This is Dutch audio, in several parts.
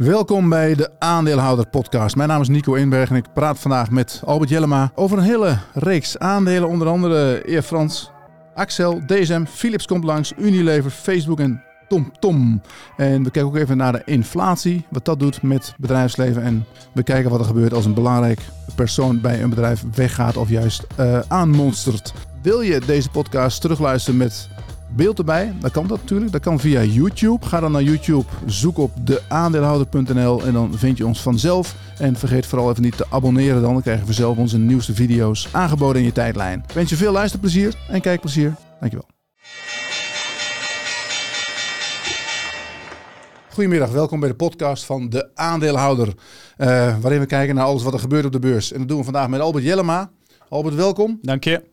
Welkom bij de Aandeelhouder Podcast. Mijn naam is Nico Inberg en ik praat vandaag met Albert Jellema over een hele reeks aandelen. Onder andere Air France, Accel, DSM, Philips komt langs, Unilever, Facebook en TomTom. En we kijken ook even naar de inflatie, wat dat doet met bedrijfsleven. En we kijken wat er gebeurt als een belangrijk persoon bij een bedrijf weggaat of juist aanmonstert. Wil je deze podcast terugluisteren met beeld erbij? Dan kan dat natuurlijk. Dat kan via YouTube. Ga dan naar YouTube, zoek op deaandeelhouder.nl en dan vind je ons vanzelf. En vergeet vooral even niet te abonneren dan krijg je vanzelf onze nieuwste video's aangeboden in je tijdlijn. Ik wens je veel luisterplezier en kijkplezier. Dankjewel. Goedemiddag, welkom bij de podcast van De Aandeelhouder. Waarin we kijken naar alles wat er gebeurt op de beurs. En dat doen we vandaag met Albert Jellema. Albert, welkom. Dank je.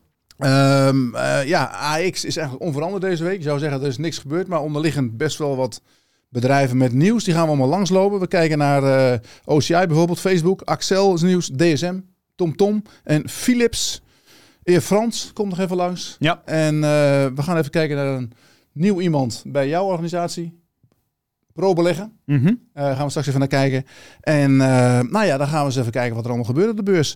AX is eigenlijk onveranderd deze week. Ik zou zeggen, er is niks gebeurd, maar onderliggend best wel wat bedrijven met nieuws. Die gaan we allemaal langslopen. We kijken naar OCI bijvoorbeeld, Facebook, Accel is nieuws, DSM, TomTom en Philips. Air France komt nog even langs. Ja. En we gaan even kijken naar een nieuw iemand bij jouw organisatie. Pro-beleggen. Gaan we straks even naar kijken. En dan gaan we eens even kijken wat er allemaal gebeurt op de beurs.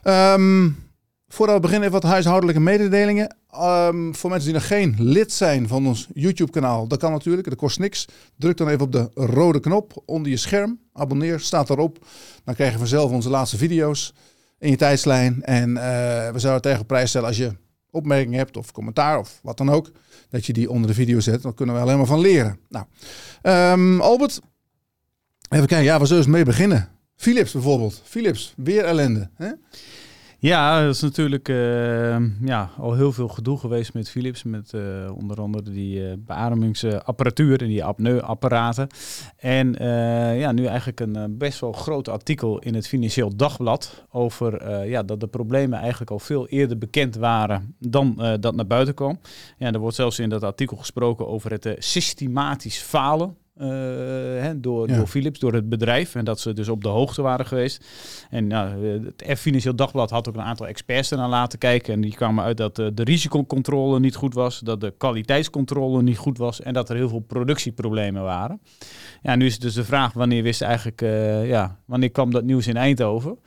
Voordat we beginnen even wat huishoudelijke mededelingen. Voor mensen die nog geen lid zijn van ons YouTube kanaal, dat kan natuurlijk, dat kost niks. Druk dan even op de rode knop onder je scherm. Abonneer, staat erop. Dan krijg je vanzelf onze laatste video's in je tijdslijn. En we zouden het tegen prijs stellen als je opmerkingen hebt of commentaar of wat dan ook. Dat je die onder de video zet. Dan kunnen we alleen maar van leren. Nou, Albert, even kijken. Ja, waar zullen we mee beginnen? Philips bijvoorbeeld. Philips, weer ellende. Hè? Ja, er is natuurlijk al heel veel gedoe geweest met Philips. Met onder andere die beademingsapparatuur en die apneuapparaten. En nu eigenlijk een best wel groot artikel in het Financieel Dagblad. Over dat de problemen eigenlijk al veel eerder bekend waren dan dat naar buiten kwam. Ja, er wordt zelfs in dat artikel gesproken over het systematisch falen. Door Philips, door het bedrijf. En dat ze dus op de hoogte waren geweest. En het Financieel Dagblad had ook een aantal experts ernaar laten kijken. En die kwamen uit dat de risicocontrole niet goed was. Dat de kwaliteitscontrole niet goed was. En dat er heel veel productieproblemen waren. Ja, nu is het dus de vraag, wanneer wist eigenlijk... wanneer kwam dat nieuws in Eindhoven?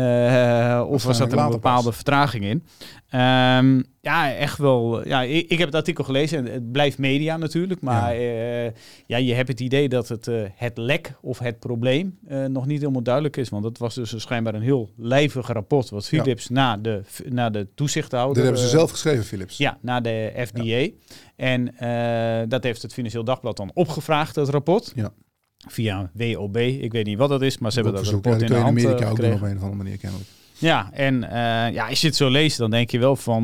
Of was dat er een bepaalde vertraging in? Echt wel. Ja, ik heb het artikel gelezen en het blijft media natuurlijk. Maar je hebt het idee dat het lek of het probleem nog niet helemaal duidelijk is. Want het was dus schijnbaar een heel lijvig rapport wat Philips naar de toezichthouder... Dat hebben ze zelf geschreven, Philips. Ja, naar de FDA. Ja. En dat heeft het Financieel Dagblad dan opgevraagd, dat rapport. Ja. Via WOB. Ik weet niet wat dat is, maar ze hebben dat rapport in de hand gekregen. Ook gekregen. op een of andere manier kennelijk. Ja, en als je het zo leest, dan denk je wel van,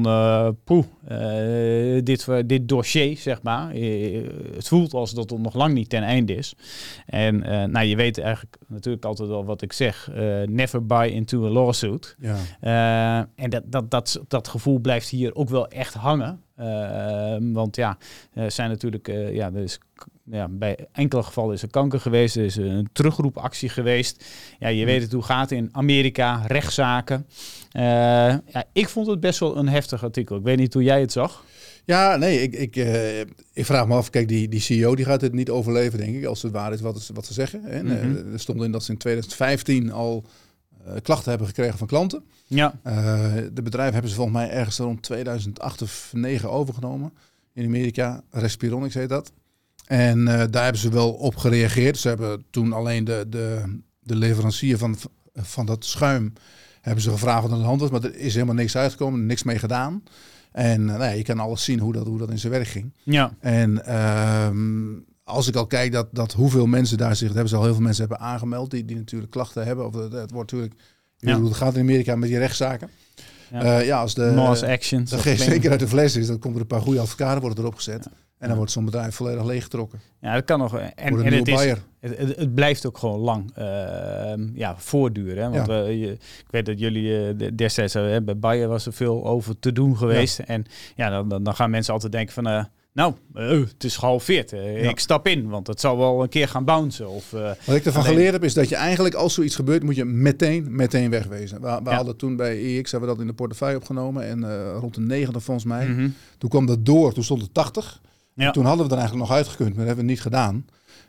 dit dossier, zeg maar, het voelt als dat het nog lang niet ten einde is. En je weet eigenlijk natuurlijk altijd al wat ik zeg, never buy into a lawsuit. Ja. En dat gevoel blijft hier ook wel echt hangen. Want er zijn natuurlijk, bij enkele gevallen is er kanker geweest, er is een terugroepactie geweest. Ja, je weet het hoe gaat in Amerika, rechtszaken. Ik vond het best wel een heftig artikel. Ik weet niet hoe jij het zag. Ja, nee, ik vraag me af, kijk, die CEO die gaat het niet overleven, denk ik, als het waar is wat ze zeggen. Hè? Er stond in dat ze in 2015 al klachten hebben gekregen van klanten. Ja. De bedrijven hebben ze volgens mij ergens rond 2008 of 2009 overgenomen. In Amerika, Respironics heet dat. En daar hebben ze wel op gereageerd. Ze hebben toen alleen de leverancier van dat schuim hebben ze gevraagd wat aan de hand was. Maar er is helemaal niks uitgekomen, niks mee gedaan. En je kan alles zien hoe dat in zijn werk ging. Ja. En als ik al kijk dat hoeveel mensen daar zich... hebben ze al heel veel mensen hebben aangemeld die natuurlijk klachten hebben. Of het wordt natuurlijk... hoe het gaat in Amerika met die rechtszaken. Ja. Als de geest zeker uit de fles is, dan komt er een paar goede advocaten worden erop gezet. Ja. En dan wordt zo'n bedrijf volledig leeggetrokken. Ja, dat kan nog. En het blijft ook gewoon lang voortduren. Hè? Want ik weet dat jullie destijds bij Bayer was er veel over te doen geweest. Ja. En dan gaan mensen altijd denken van... het is gehalveerd. Ik stap in, want het zal wel een keer gaan bouncen. Wat ik ervan geleerd heb, is dat je eigenlijk als zoiets gebeurt, moet je meteen wegwezen. We hadden toen bij EX, hebben we dat in de portefeuille opgenomen. En rond de 90 volgens mij. Mm-hmm. Toen kwam dat door, toen stond het 80. Ja. Toen hadden we er eigenlijk nog uitgekund, maar dat hebben we niet gedaan.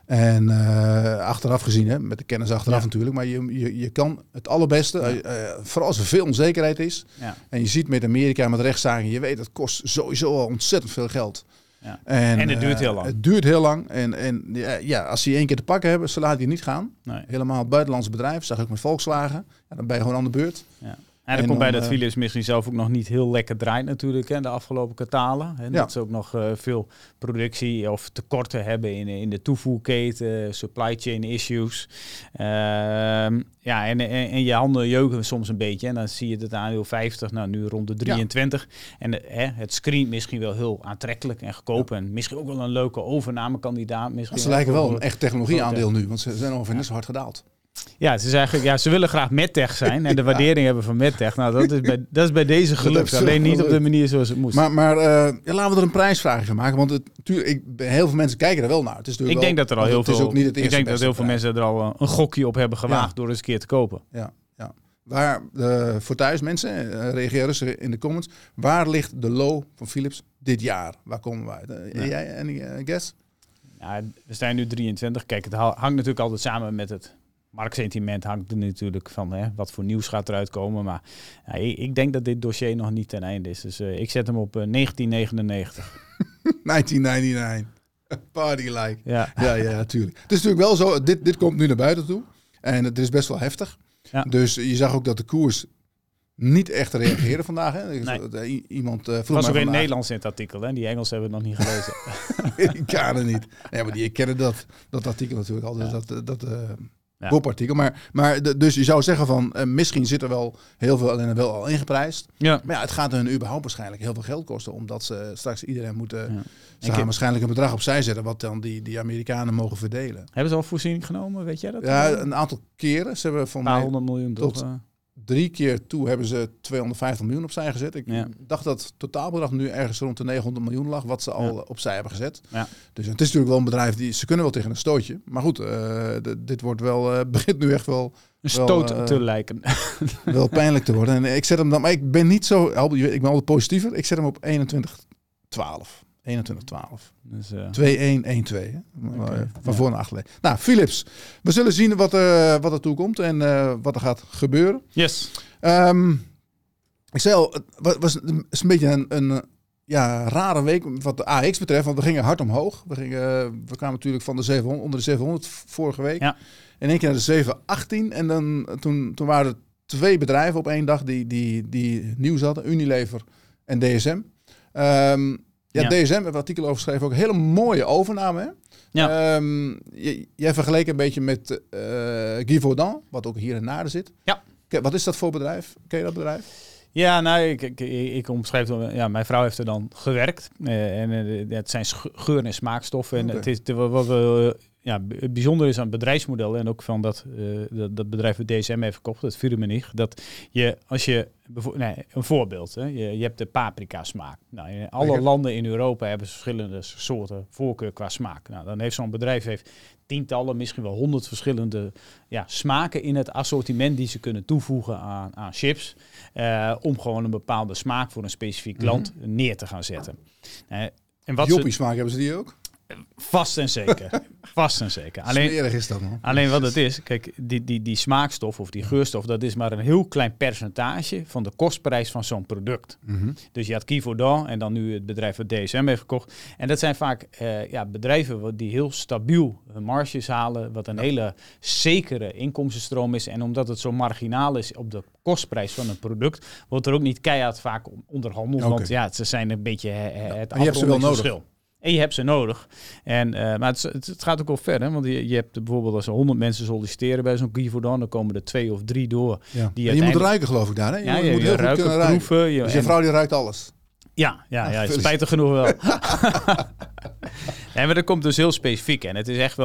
En achteraf gezien, hè, met de kennis achteraf natuurlijk, maar je kan het allerbeste, vooral als er veel onzekerheid is. Ja. En je ziet met Amerika, met rechtszaken, je weet dat kost sowieso al ontzettend veel geld. Ja. En het duurt heel lang. Het duurt heel lang. En als ze 1 keer te pakken hebben, ze laten je niet gaan. Nee. Helemaal het buitenlandse bedrijf, zag ik met Volkswagen. Ja, dan ben je gewoon aan de beurt. Ja. En er komt bij dat Philips misschien zelf ook nog niet heel lekker draait natuurlijk, hè, de afgelopen kwartalen. En dat ze ook nog veel productie of tekorten hebben in de toevoerketen, supply chain issues. En je handen jeuken soms een beetje. En dan zie je het aandeel 50, nou nu rond de 23. Ja. En het screent misschien wel heel aantrekkelijk en goedkoop. Ja. En misschien ook wel een leuke overnamekandidaat. Ze lijken wel een echt technologieaandeel nu, want ze zijn ongeveer net zo hard gedaald. Ja, het is eigenlijk, ze willen graag MedTech zijn en de waardering hebben van MedTech. Nou, dat is bij deze gelukt. Alleen niet op de manier zoals het moest. Maar laten we er een prijsvraag van maken. Want heel veel mensen kijken er wel naar. Het is ik denk dat er al heel veel. Ik denk dat heel veel mensen er al een gokje op hebben gewaagd door eens een keer te kopen. Ja. Waar voor thuis mensen reageer rustig in de comments. Waar ligt de low van Philips dit jaar? Waar komen we uit? Jij en guess? Ja, we zijn nu 23. Kijk, het hangt natuurlijk altijd samen met het marktsentiment, hangt er natuurlijk van wat voor nieuws gaat eruit komen. Maar ik denk dat dit dossier nog niet ten einde is. Dus ik zet hem op 1999. 1999. Party like. Ja, tuurlijk. Het is natuurlijk wel zo, dit komt nu naar buiten toe. En het is best wel heftig. Ja. Dus je zag ook dat de koers niet echt reageerde vandaag. Hè? Nee. Iemand vroeg was ook in het Nederlands in het artikel. Hè? Die Engels hebben we nog niet gelezen. Amerikanen niet. Nee, maar die kennen dat artikel natuurlijk al. Bobartikel. Maar dus je zou zeggen van misschien zit er wel heel veel alleen wel al ingeprijsd. Ja. Maar het gaat hun überhaupt waarschijnlijk heel veel geld kosten. Omdat ze straks iedereen moeten... Ja. Ze gaan waarschijnlijk een bedrag opzij zetten wat dan die Amerikanen mogen verdelen. Hebben ze al voorziening genomen, weet jij dat? Ja, een aantal keren. Ze hebben van mij 100 miljoen tot 3 keer toe hebben ze 250 miljoen opzij gezet. Ik dacht dat het totaalbedrag nu ergens rond de 900 miljoen lag, wat ze al opzij hebben gezet. Ja. Dus het is natuurlijk wel een bedrijf ze kunnen wel tegen een stootje. Maar goed, dit wordt wel, begint nu echt wel... Een stoot te lijken. Wel pijnlijk te worden. En ik zet hem dan, maar ik ben niet zo, ik ben altijd positiever. Ik zet hem op 21,12. 21,12. Dus, 2-1-1-2. Van voor naar achter. Nou, Philips. We zullen zien wat er toekomt en wat er gaat gebeuren. Yes. Ik zei al, het was een beetje een rare week wat de AX betreft. Want we gingen hard omhoog. We kwamen natuurlijk van de 700, onder de 700 vorige week. Ja. In één keer naar de 718. En dan, toen waren er 2 bedrijven op één dag die nieuws hadden. Unilever en DSM. DSM hebben we artikel over geschreven. Ook een hele mooie overname. Hè? Ja. Jij vergeleek een beetje met Givaudan, wat ook hier in Naarden zit. Ja. Wat is dat voor bedrijf? Ken je dat bedrijf? Ja, nou, ik omschrijf het. Ja, mijn vrouw heeft er dan gewerkt. Het zijn geur- en smaakstoffen. En het is wat we... het bijzondere is aan het bedrijfsmodel en ook van dat bedrijf dat DSM heeft gekocht, het Firmenich, dat je, als je, een voorbeeld, hè, je hebt de paprika smaak. Nou, in alle landen in Europa hebben ze verschillende soorten voorkeur qua smaak. Nou, dan heeft zo'n bedrijf tientallen, misschien wel 100 verschillende smaken in het assortiment die ze kunnen toevoegen aan chips, om gewoon een bepaalde smaak voor een specifiek land neer te gaan zetten. Joppie smaak hebben ze die ook? Vast en zeker. Vast en zeker. Smerig is dat, man. Alleen wat het is, kijk, die smaakstof of die geurstof, dat is maar een heel klein percentage van de kostprijs van zo'n product. Mm-hmm. Dus je had Givaudan en dan nu het bedrijf dat DSM heeft gekocht. En dat zijn vaak bedrijven die heel stabiel marges halen, wat een hele zekere inkomstenstroom is. En omdat het zo marginaal is op de kostprijs van een product, wordt er ook niet keihard vaak onderhandeld. Okay. Want ze zijn een beetje het afrondingsverschil. En je hebt ze nodig. Maar het gaat ook wel verder. Want je hebt bijvoorbeeld als er 100 mensen solliciteren bij zo'n Givaudan, dan komen er 2 of 3 door. Ja. Die je moet ruiken, geloof ik, daar. Hè? Je moet heel ruiken, goed kunnen proeven. Dus je vrouw die ruikt alles. Ja, spijtig genoeg wel. Maar dat komt dus heel specifiek. En het is echt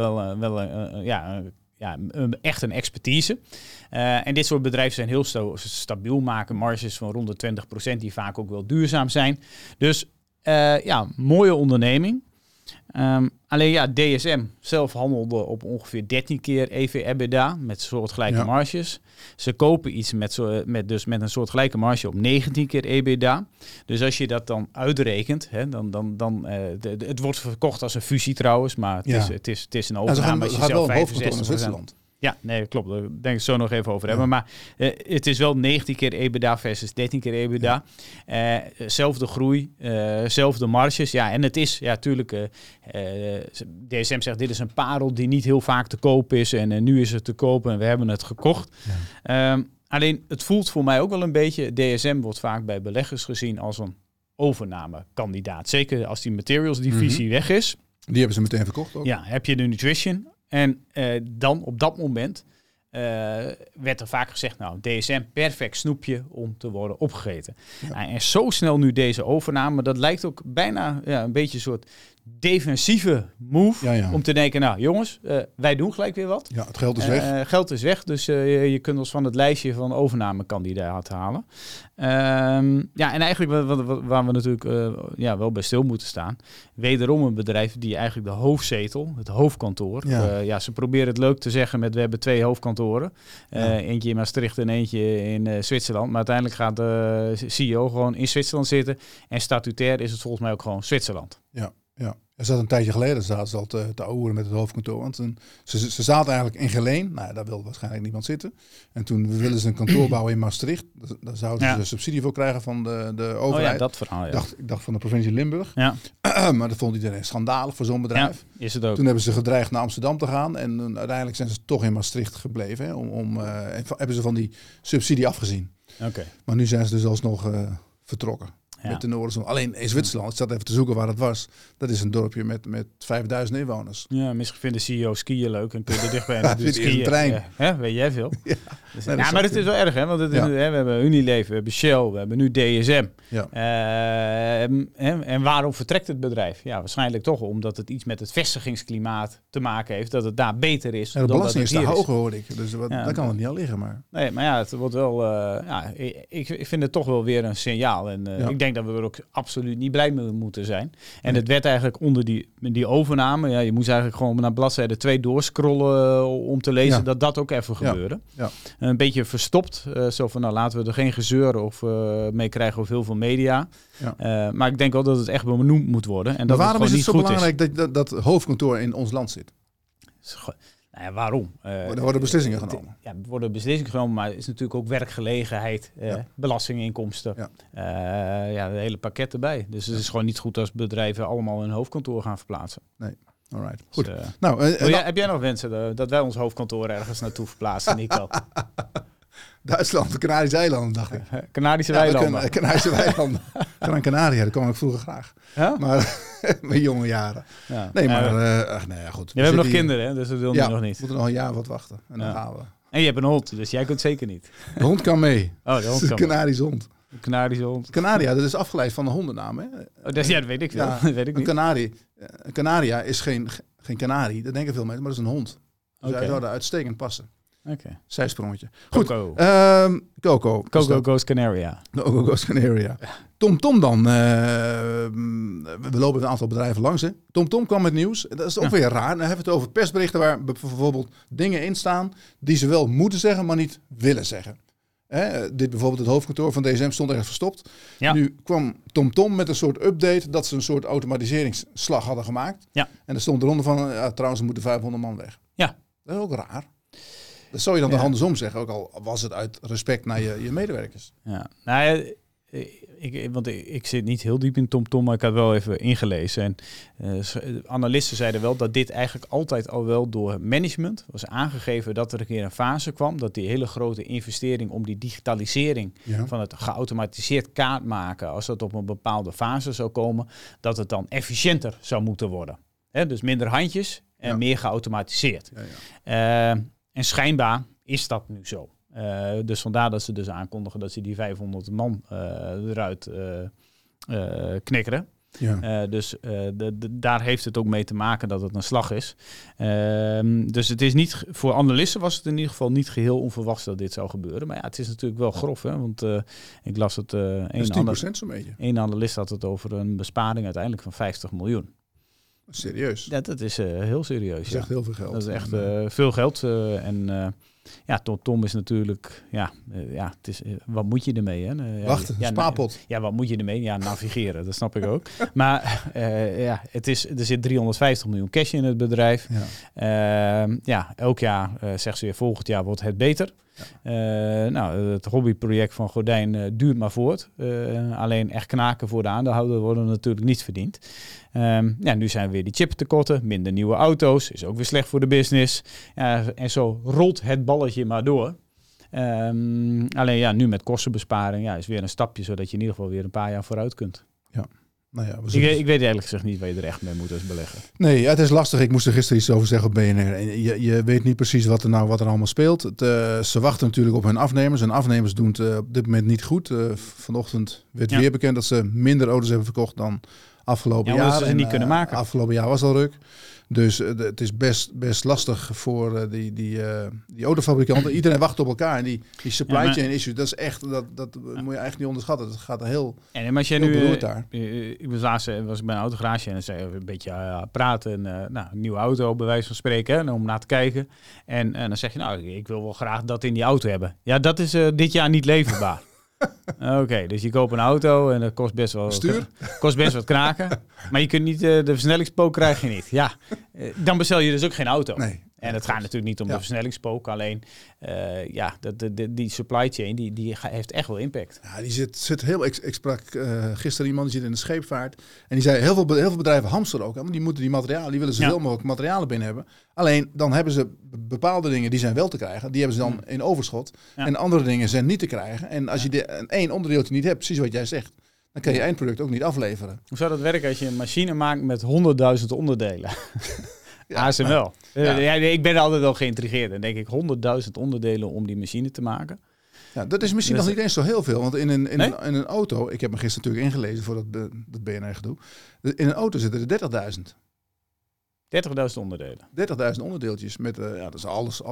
echt een expertise. En dit soort bedrijven zijn heel stabiel, maken marges van rond de 20%, die vaak ook wel duurzaam zijn. Dus mooie onderneming. Alleen ja, DSM zelf handelde op ongeveer 13 keer EV/EBITDA met soortgelijke marges. Ze kopen iets met een soortgelijke marge op 19 keer EBITDA. Dus als je dat dan uitrekent, hè, het wordt verkocht als een fusie trouwens, maar het is een overname. Ze gaan wel een hoofdkantoor in Zwitserland. Ja, nee, klopt. Daar denk ik zo nog even over hebben. Maar het is wel 19 keer EBITDA versus 13 keer EBITDA. Zelfde groei, zelfde marges. Ja, en het is natuurlijk... DSM zegt, dit is een parel die niet heel vaak te koop is. En nu is het te koop en we hebben het gekocht. Ja. Alleen, het voelt voor mij ook wel een beetje... DSM wordt vaak bij beleggers gezien als een overnamekandidaat. Zeker als die materials divisie weg is. Die hebben ze meteen verkocht ook. Ja, heb je de nutrition... En dan op dat moment werd er vaak gezegd, nou, DSM, perfect snoepje om te worden opgegeten. Ja. En zo snel nu deze overname, dat lijkt ook bijna een beetje een soort defensieve move om te denken, nou jongens, wij doen gelijk weer wat. Ja, het geld is weg. Geld is weg, dus je kunt ons van het lijstje van overnamekandidaten halen. En eigenlijk waar we natuurlijk wel bij stil moeten staan. Wederom een bedrijf die eigenlijk de hoofdzetel, het hoofdkantoor. Ze proberen het leuk te zeggen met we hebben 2 hoofdkantoren. Eentje in Maastricht en eentje in Zwitserland. Maar uiteindelijk gaat de CEO gewoon in Zwitserland zitten. En statutair is het volgens mij ook gewoon Zwitserland. Ja. Er zat een tijdje geleden, zaten ze al te ouwen met het hoofdkantoor. Want ze zaten eigenlijk in Geleen. Nou, daar wilde waarschijnlijk niemand zitten. En toen wilden ze een kantoor bouwen in Maastricht. Daar zouden ze subsidie voor krijgen van de overheid. Oh ja, dat verhaal, Ik dacht van de provincie Limburg. Ja. Maar dat vond iedereen schandalig voor zo'n bedrijf. Ja, is het ook. Toen hebben ze gedreigd naar Amsterdam te gaan. En uiteindelijk zijn ze toch in Maastricht gebleven. Hè, hebben ze van die subsidie afgezien. Okay. Maar nu zijn ze dus alsnog vertrokken. Met de Noorderzon. Alleen in Zwitserland, ik zat even te zoeken waar het was. Dat is een dorpje met 5000 inwoners. Ja, misschien vinden CEO skiën leuk en kun je er dichtbij naartoe skiën. Een trein. Weet jij veel. Ja, maar het is wel erg, hè? Want we hebben Unilever, we hebben Shell, we hebben nu DSM. Ja. En waarom vertrekt het bedrijf? Ja, waarschijnlijk toch omdat het iets met het vestigingsklimaat te maken heeft. Dat het daar beter is. Ja, de belasting is daar hoger, hoor ik. Dus daar kan het niet al liggen. Maar. Nee, maar ja, het wordt wel... ik vind het toch wel weer een signaal. En ik denk dat we er ook absoluut niet blij mee moeten zijn. En het werd eigenlijk onder die overname... Ja, je moest eigenlijk gewoon naar bladzijde 2 doorscrollen om te lezen dat ook even gebeurde. Ja. Een beetje verstopt. Zo van, nou laten we er geen gezeur of mee krijgen of heel veel media. Ja. Maar ik denk wel dat het echt benoemd moet worden. En dat waarom het is het zo belangrijk is. dat hoofdkantoor in ons land zit? Nou ja, waarom? Er worden beslissingen genomen. Ja, er worden beslissingen genomen, maar het is natuurlijk ook werkgelegenheid, belastinginkomsten. Ja. Het hele pakket erbij. Dus het is gewoon niet goed als bedrijven allemaal hun hoofdkantoor gaan verplaatsen. Nee. Alright. Goed. Dus, heb jij nog wensen dat wij ons hoofdkantoor ergens naartoe verplaatsen, Nico? Duitsland, de Canarische eilanden, dacht ik. Canarische weilanden. Canarische weilanden. Gran Canaria, daar kwam ik vroeger graag. Ja? Maar mijn jonge jaren. Ja. Nee, maar goed. We hebben nog kinderen, hè? Dus dat wil nu nog niet. We moeten nog een jaar wat wachten. En dan gaan we. En je hebt een hond, dus jij kunt zeker niet. De hond kan mee. Oh, de hond kan mee. Canarische hond. Een Canarische hond. Canaria, dat is afgeleid van de hondennaam, hè? Dat weet ik wel. Ja, dat weet ik niet. Een Canaria is geen kanarie, dat denken veel mensen, maar dat is een hond. Dus hij zou daar uitstekend passen. Oké. Zijsprongetje. Goed. Coco. Coco goes Canaria. Coco goes Canaria. TomTom dan. We lopen een aantal bedrijven langs. Hè. TomTom kwam met nieuws. Dat is ook weer raar. Dan hebben we het over persberichten waar bijvoorbeeld dingen in staan die ze wel moeten zeggen, maar niet willen zeggen. Dit bijvoorbeeld het hoofdkantoor van DSM stond ergens verstopt. Ja. Nu kwam TomTom met een soort update dat ze een soort automatiseringsslag hadden gemaakt. Ja. En er stond eronder van, trouwens, er moeten 500 man weg. Ja. Dat is ook raar. Dat zou je dan andersom zeggen, ook al was het uit respect naar je medewerkers. Ja, nou ja, ik zit niet heel diep in TomTom, maar ik had wel even ingelezen. En analisten zeiden wel dat dit eigenlijk altijd al wel door het management was aangegeven dat er een keer een fase kwam, dat die hele grote investering om die digitalisering van het geautomatiseerd kaart maken, als dat op een bepaalde fase zou komen, dat het dan efficiënter zou moeten worden. Dus minder handjes en meer geautomatiseerd. En schijnbaar is dat nu zo. Dus vandaar dat ze dus aankondigen dat ze die 500 man eruit knikkeren. Ja. Daar heeft het ook mee te maken dat het een slag is. Dus het is niet, voor analisten was het in ieder geval niet geheel onverwachts dat dit zou gebeuren. Maar ja, het is natuurlijk wel grof. Hè? Want ik las het... dat is 10% zo'n beetje. Een analist had het over een besparing uiteindelijk van 50 miljoen. Serieus? Dat is heel serieus. Dat is echt heel veel geld. Dat is echt veel geld. Tom is natuurlijk... het is, wat moet je ermee? Hè? Wachten, spaarpot. Wat moet je ermee? Ja, navigeren, dat snap ik ook. Maar er zit 350 miljoen cash in het bedrijf. Elk jaar zeggen ze weer, volgend jaar wordt het beter. Het hobbyproject van Gordijn duurt maar voort. Alleen echt knaken voor de aandeelhouder worden natuurlijk niet verdiend. Nu zijn weer die chiptekorten, minder nieuwe auto's, is ook weer slecht voor de business. En zo rolt het balletje maar door. Alleen nu met kostenbesparing is weer een stapje, zodat je in ieder geval weer een paar jaar vooruit kunt. Ja. Nou ja, ik weet eigenlijk gezegd niet waar je er echt mee moet als beleggen. Nee, het is lastig. Ik moest er gisteren iets over zeggen op BNR. En je weet niet precies wat er allemaal speelt. Ze wachten natuurlijk op hun afnemers. En afnemers doen het op dit moment niet goed. Vanochtend werd weer bekend dat ze minder auto's hebben verkocht dan afgelopen jaar. Ze niet kunnen maken. Afgelopen jaar was al ruk. Dus het is best lastig voor die autofabrikanten. Iedereen wacht op elkaar. En die supply chain issue, dat is echt, dat moet je eigenlijk niet onderschatten. Dat gaat heel als jij nu beroerd daar. Ik was bij een autogarage en dan zei een beetje praten. Een nieuwe auto, bij wijze van spreken, om naar te kijken. En dan zeg je, ik wil wel graag dat in die auto hebben. Ja, dat is dit jaar niet leverbaar. Oké, dus je koopt een auto en dat kost best wat kraken. Maar je kunt niet, de versnellingspook krijg je niet. Ja, dan bestel je dus ook geen auto. Nee. En het gaat natuurlijk niet om de versnellingspook. Alleen, die supply chain, die heeft echt wel impact. Ja, die zit heel... Ik sprak gisteren iemand, die zit in de scheepvaart. En die zei, heel veel bedrijven hamsteren ook. Want die moeten die materialen, die willen zoveel mogelijk materialen binnen hebben. Alleen, dan hebben ze bepaalde dingen, die zijn wel te krijgen. Die hebben ze dan in overschot. Ja. En andere dingen zijn niet te krijgen. En als je één onderdeeltje niet hebt, precies wat jij zegt, dan kan je eindproduct ook niet afleveren. Hoe zou dat werken als je een machine maakt met 100.000 onderdelen? ASML. Ik ben altijd wel geïntrigeerd. En denk ik 100.000 onderdelen om die machine te maken. Ja, dat is misschien nog niet eens zo heel veel. Want in een auto, ik heb me gisteren natuurlijk ingelezen voor dat BNR gedoe. In een auto zitten er 30.000. 30.000 onderdelen. 30.000 onderdeeltjes met dat is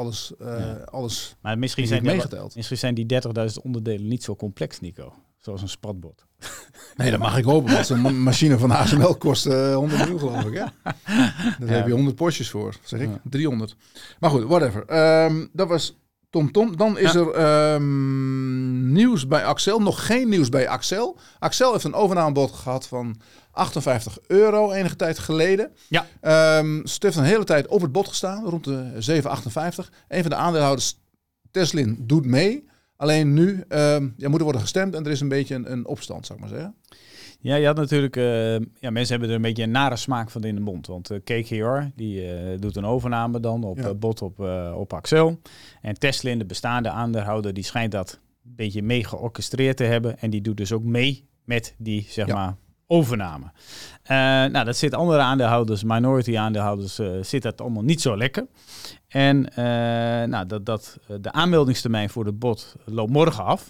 alles. Maar misschien zijn die 30.000 onderdelen niet zo complex, Nico. Zoals een spatbot. Nee, dat mag ik hopen. Want zo'n machine van ASML kost 100 miljoen, geloof ik. Hè? Daar heb je 100 Porsches voor, zeg ik. 300. Maar goed, whatever. Dat was TomTom. Dan is er nieuws bij Accel. Nog geen nieuws bij Accel. Accel heeft een overnamebod gehad van €58 enige tijd geleden. Ja. Ze heeft een hele tijd op het bod gestaan, rond de 7,58. Een van de aandeelhouders, Teslin, doet mee. Alleen nu moet er worden gestemd en er is een beetje een opstand, zou ik maar zeggen. Ja, je had natuurlijk... mensen hebben er een beetje een nare smaak van in de mond. Want KKR, die doet een overname dan op bod op Accel. En Teslin, de bestaande aandeelhouder, die schijnt dat een beetje mee georchestreerd te hebben. En die doet dus ook mee met die, maar, overname. Dat zit andere aandeelhouders, minority aandeelhouders, zit dat allemaal niet zo lekker. En de aanmeldingstermijn voor het bod loopt morgen af.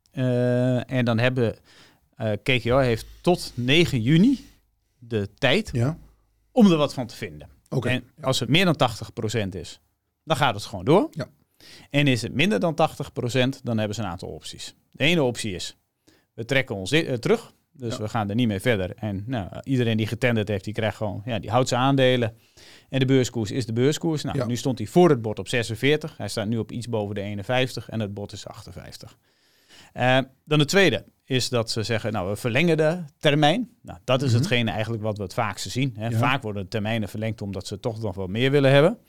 En dan hebben KKR heeft tot 9 juni de tijd om er wat van te vinden. Okay. En als het meer dan 80% is, dan gaat het gewoon door. Ja. En is het minder dan 80%, dan hebben ze een aantal opties. De ene optie is, we trekken ons terug. Dus we gaan er niet mee verder. En iedereen die getenderd heeft, die krijgt gewoon, die houdt zijn aandelen. En de beurskoers is de beurskoers. Nu stond hij voor het bod op 46. Hij staat nu op iets boven de 51 en het bod is 58. Dan de tweede is dat ze zeggen, we verlengen de termijn. Dat is hetgene eigenlijk wat we het vaakste zien. Hè. Ja. Vaak worden de termijnen verlengd omdat ze toch nog wat meer willen hebben.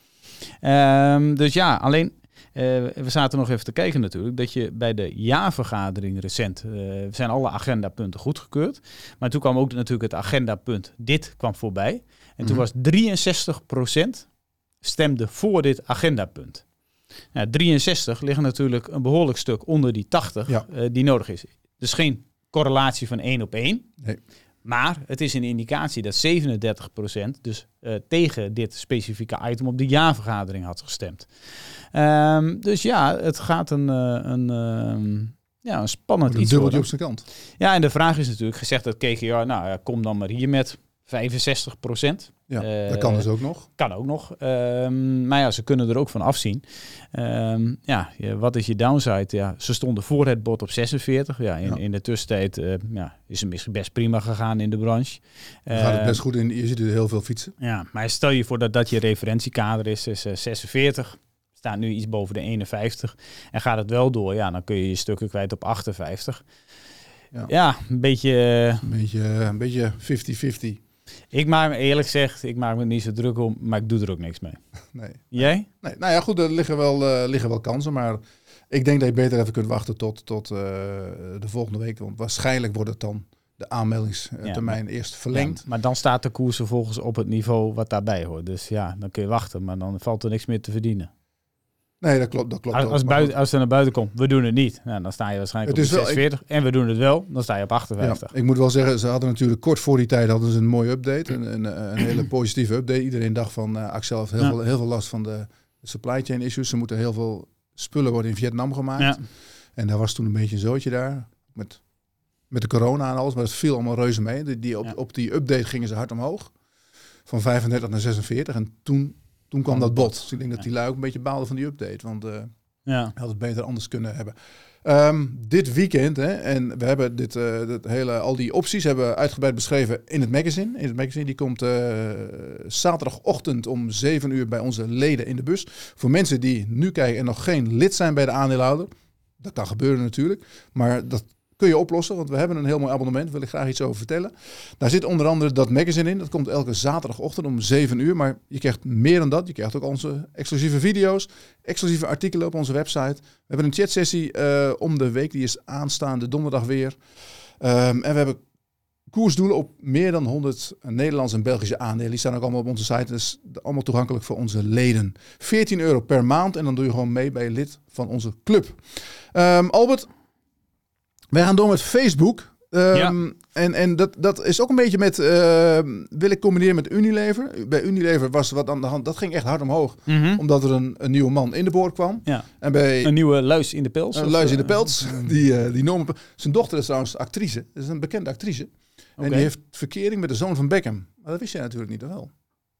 Alleen... we zaten nog even te kijken natuurlijk, dat je bij de jaarvergadering recent, zijn alle agendapunten goedgekeurd. Maar toen kwam ook natuurlijk het agendapunt, dit kwam voorbij. En toen was 63% stemde voor dit agendapunt. 63 liggen natuurlijk een behoorlijk stuk onder die 80 die nodig is. Dus geen correlatie van 1 op 1. Nee. Maar het is een indicatie dat 37% dus tegen dit specifieke item op de jaarvergadering had gestemd. Het gaat een spannend iets worden. Een dubbeltje op zijn kant. Ja, en de vraag is natuurlijk gezegd dat KKR, kom dan maar hier met 65%. Ja, dat kan dus ook nog. Kan ook nog. Maar ja, ze kunnen er ook van afzien. Wat is je downside? Ja, ze stonden voor het bod op 46. Ja, in de tussentijd is het misschien best prima gegaan in de branche. Gaat het best goed in. Je ziet er heel veel fietsen. Ja, maar stel je voor dat je referentiekader is 46. Staat nu iets boven de 51. En gaat het wel door, ja, dan kun je je stukken kwijt op 58. Ja, een beetje 50-50. Ik maak me eerlijk gezegd, niet zo druk om, maar ik doe er ook niks mee. Nee. Jij? Nee. Nou ja, goed, er liggen wel kansen, maar ik denk dat je beter even kunt wachten tot de volgende week. Want waarschijnlijk wordt het dan de aanmeldingstermijn eerst verlengd. Ja, maar dan staat de koers vervolgens op het niveau wat daarbij hoort. Dus ja, dan kun je wachten, maar dan valt er niks meer te verdienen. Nee, dat klopt. Als er naar buiten komt, we doen het niet. Nou, dan sta je waarschijnlijk op 46. En we doen het wel, dan sta je op 58. Ja, ik moet wel zeggen, ze hadden natuurlijk kort voor die tijd hadden ze een mooie update. Een hele positieve update. Iedereen dacht van Axel heeft heel veel last van de supply chain issues. Ze moeten heel veel spullen worden in Vietnam gemaakt. Ja. En daar was toen een beetje een zootje daar. Met de corona en alles. Maar het viel allemaal reuze mee. Op die update gingen ze hard omhoog. Van 35 naar 46. En toen kwam dat bot. Dus ik denk dat die lui ook een beetje baalden van die update. Want had het beter anders kunnen hebben. Dit weekend, en we hebben al die opties hebben we uitgebreid beschreven in het magazine. In het magazine die komt zaterdagochtend om 7 uur bij onze leden in de bus. Voor mensen die nu kijken en nog geen lid zijn bij de aandeelhouder. Dat kan gebeuren natuurlijk. Maar dat kun je oplossen, want we hebben een heel mooi abonnement. Daar wil ik graag iets over vertellen. Daar zit onder andere dat magazine in. Dat komt elke zaterdagochtend om 7 uur. Maar je krijgt meer dan dat. Je krijgt ook onze exclusieve video's, exclusieve artikelen op onze website. We hebben een chatsessie om de week. Die is aanstaande donderdag weer. En we hebben koersdoelen op meer dan 100 Nederlandse en Belgische aandelen. Die staan ook allemaal op onze site. Dus allemaal toegankelijk voor onze leden. €14 per maand. En dan doe je gewoon mee bij lid van onze club. Albert, wij gaan door met Facebook. En dat is ook een beetje met... wil ik combineren met Unilever. Bij Unilever was wat aan de hand. Dat ging echt hard omhoog. Mm-hmm. Omdat er een nieuwe man in de boord kwam. Ja. En bij een nieuwe luis in de pels. Een luis in de pels. Die Norman... Zijn dochter is trouwens actrice. Dat is een bekende actrice. Okay. En die heeft verkering met de zoon van Beckham. Maar dat wist jij natuurlijk niet, wel?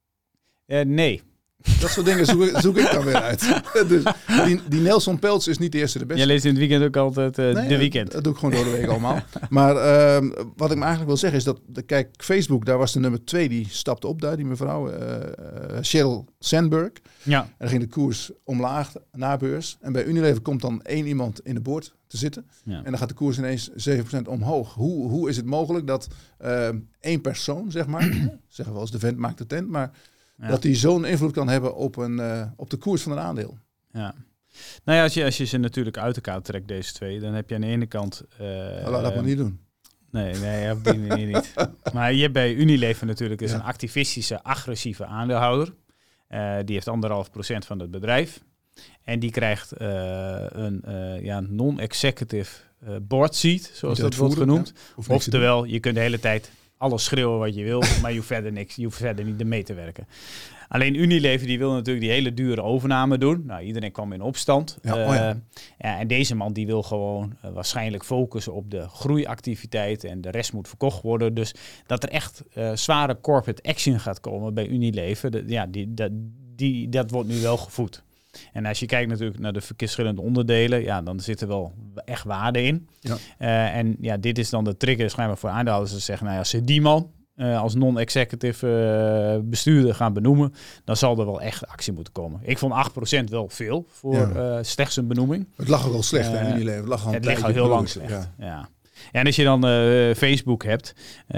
Nee. Dat soort dingen zoek ik dan weer uit. Dus die Nelson Peltz is niet de eerste de beste. Jij leest in het weekend ook altijd de weekend. Dat doe ik gewoon door de week allemaal. Maar wat ik me eigenlijk wil zeggen is dat... Kijk, Facebook, daar was de nummer 2 die stapte op daar. Die mevrouw, Sheryl Sandberg. Ja. En dan ging de koers omlaag naar beurs. En bij Unilever komt dan 1 iemand in de boord te zitten. Ja. En dan gaat de koers ineens 7% omhoog. Hoe is het mogelijk dat 1 persoon, zeg maar... zeggen we wel eens, de vent maakt de tent, maar... Ja. Dat die zo'n invloed kan hebben op de koers van een aandeel. Ja. Nou ja, als je ze natuurlijk uit elkaar trekt, deze twee, dan heb je aan de ene kant... Laat dat maar niet doen. Nee, op die manier niet. Maar je hebt bij Unilever natuurlijk een activistische, agressieve aandeelhouder. Die heeft 1,5% van het bedrijf. En die krijgt een non-executive board seat, zoals dat wordt genoemd. Ja. Oftewel, je kunt de hele tijd... alles schreeuwen wat je wil, maar je hoeft verder niks. Je hoeft verder niet mee te werken. Alleen Unilever die wil natuurlijk die hele dure overname doen. Nou, iedereen kwam in opstand. En deze man die wil gewoon waarschijnlijk focussen op de groeiactiviteiten en de rest moet verkocht worden. Dus dat er echt zware corporate action gaat komen bij Unilever, dat wordt nu wel gevoed. En als je kijkt natuurlijk naar de verschillende onderdelen, dan zit er wel echt waarde in. Ja. Dit is dan de trigger schijnbaar voor aandeelhouders te zeggen, als ze die man als non-executive bestuurder gaan benoemen, dan zal er wel echt actie moeten komen. Ik vond 8% wel veel voor slechts een benoeming. Het lag ook al slecht in Unilever. Het ligt al heel lang slecht. Ja. Ja, en als je dan Facebook hebt,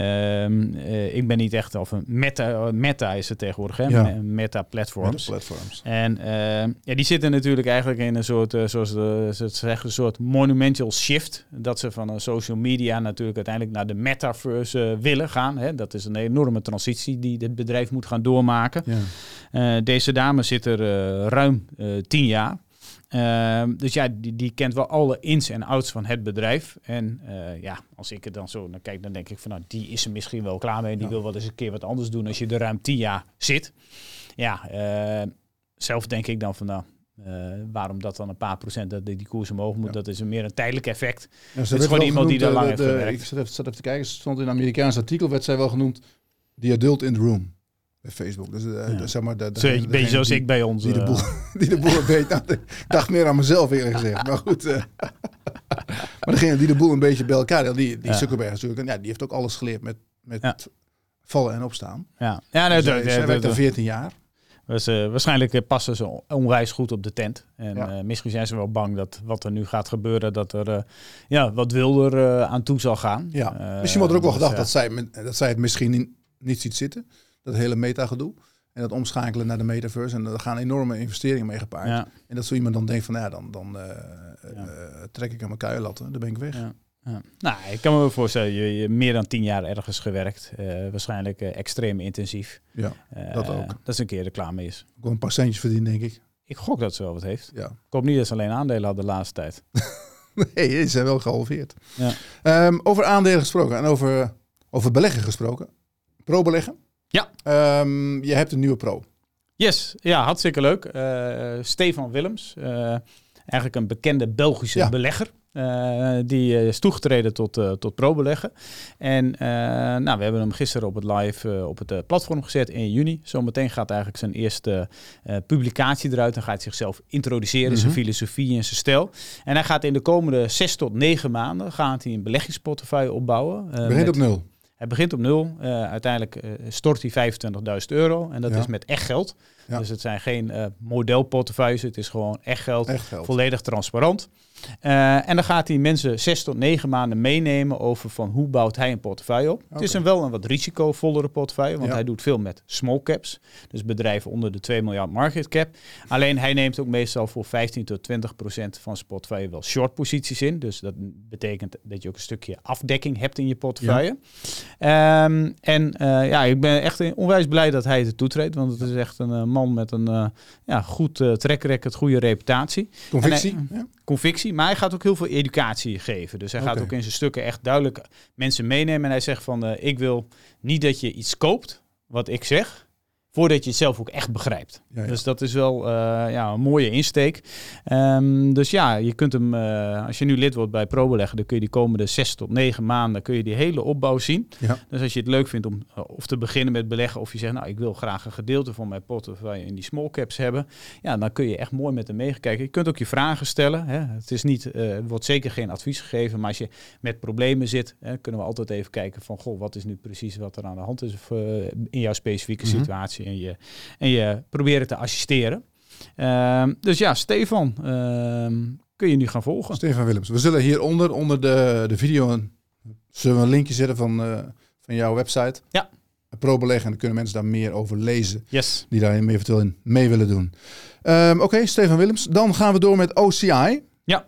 ik ben niet echt of een Meta is het tegenwoordig, hè? Ja. Meta Platforms. En die zitten natuurlijk eigenlijk in een soort, zoals ze zeggen, een soort monumental shift. Dat ze van een social media natuurlijk uiteindelijk naar de metaverse willen gaan. Hè? Dat is een enorme transitie die dit bedrijf moet gaan doormaken. Ja. Deze dame zit er ruim 10 jaar. Dus die kent wel alle ins en outs van het bedrijf. En als ik er dan zo naar kijk, dan denk ik van die is er misschien wel klaar mee. Die wil wel eens een keer wat anders doen als je er ruim 10 jaar zit. Zelf denk ik dan van waarom dat dan een paar procent dat die koers omhoog moet, dat is meer een tijdelijk effect. Het is gewoon iemand die daar lang heeft gewerkt. Ik zat even te kijken, stond in een Amerikaans artikel, werd zij wel genoemd, the adult in the room. bij Facebook. Dus Ja. zeg maar... Beetje zoals ik bij ons. Die de boel weet. Nou, ik dacht meer aan mezelf eerlijk gezegd. Maar goed. Maar degene die de boel een beetje bij elkaar had, die Zuckerberg natuurlijk. Ja, die heeft ook alles geleerd met vallen en opstaan. Ja, Dus hij werkt al 14 jaar. Dus, waarschijnlijk passen ze onwijs goed op de tent. En misschien zijn ze wel bang dat wat er nu gaat gebeuren, dat er wat wilder aan toe zal gaan. Ja. Misschien wordt er ook wel gedacht dat zij het misschien niet ziet zitten. Dat hele meta-gedoe. En dat omschakelen naar de metaverse. En daar gaan enorme investeringen mee gepaard. Ja. En dat zo iemand dan denkt van, dan trek ik aan mijn kuienlatten. Dan ben ik weg. Ja. Ja. Nou, ik kan me voorstellen, je meer dan 10 jaar ergens gewerkt. Waarschijnlijk extreem intensief. Ja, dat ook. Dat ze een keer er klaar mee is. Ook wel een paar centjes verdienen, denk ik. Ik gok dat ze wel wat heeft. Ja. Ik hoop niet dat ze alleen aandelen hadden de laatste tijd. Nee, ze zijn wel gehalveerd. Ja. Over aandelen gesproken en over beleggen gesproken. Pro-beleggen? Ja. Je hebt een nieuwe pro. Yes, ja, hartstikke leuk. Stefan Willems, eigenlijk een bekende Belgische belegger. Die is toegetreden tot pro-beleggen. En we hebben hem gisteren op het live op het platform gezet in juni. Zometeen gaat eigenlijk zijn eerste publicatie eruit. Dan gaat hij zichzelf introduceren, zijn filosofie en zijn stijl. En hij gaat in de komende 6 tot 9 maanden gaat hij een beleggingsportefeuille opbouwen. Begint op 0. Hij begint op 0. Uiteindelijk stort hij €25.000. En dat is met echt geld. Ja. Dus het zijn geen modelportefeuilles. Het is gewoon echt geld. Volledig transparant. En dan gaat hij mensen 6 tot 9 maanden meenemen over van hoe bouwt hij een portefeuille op. Het is wel een wat risicovollere portefeuille, want hij doet veel met small caps. Dus bedrijven onder de 2 miljard market cap. Alleen hij neemt ook meestal voor 15 tot 20% van zijn portefeuille wel short posities in. Dus dat betekent dat je ook een stukje afdekking hebt in je portefeuille. Ja. Ik ben echt onwijs blij dat hij het toetreedt, want het is echt een man met een goed track record, goede reputatie. Convictie? Convictie, maar hij gaat ook heel veel educatie geven. Dus hij gaat ook in zijn stukken echt duidelijk mensen meenemen. En hij zegt van, ik wil niet dat je iets koopt, wat ik zeg, voordat je het zelf ook echt begrijpt. Ja. Dus dat is wel een mooie insteek. Dus ja, je kunt hem, als je nu lid wordt bij ProBeleggen, dan kun je die komende 6 tot 9 maanden kun je die hele opbouw zien. Ja. Dus als je het leuk vindt om of te beginnen met beleggen, of je zegt, nou, ik wil graag een gedeelte van mijn portefeuille in die small caps hebben, ja, dan kun je echt mooi met hem meekijken. Je kunt ook je vragen stellen. Hè. Het is niet, er wordt zeker geen advies gegeven, maar als je met problemen zit, kunnen we altijd even kijken van, goh, wat is nu precies wat er aan de hand is in jouw specifieke situatie. En je proberen te assisteren. Dus ja, Stefan, kun je nu gaan volgen. Stefan Willems. We zullen hieronder, onder de video, zullen we een linkje zetten van jouw website. Ja. ProBeleggen. En dan kunnen mensen daar meer over lezen. Yes. Die daar eventueel in mee willen doen. Oké, Stefan Willems. Dan gaan we door met OCI. Ja.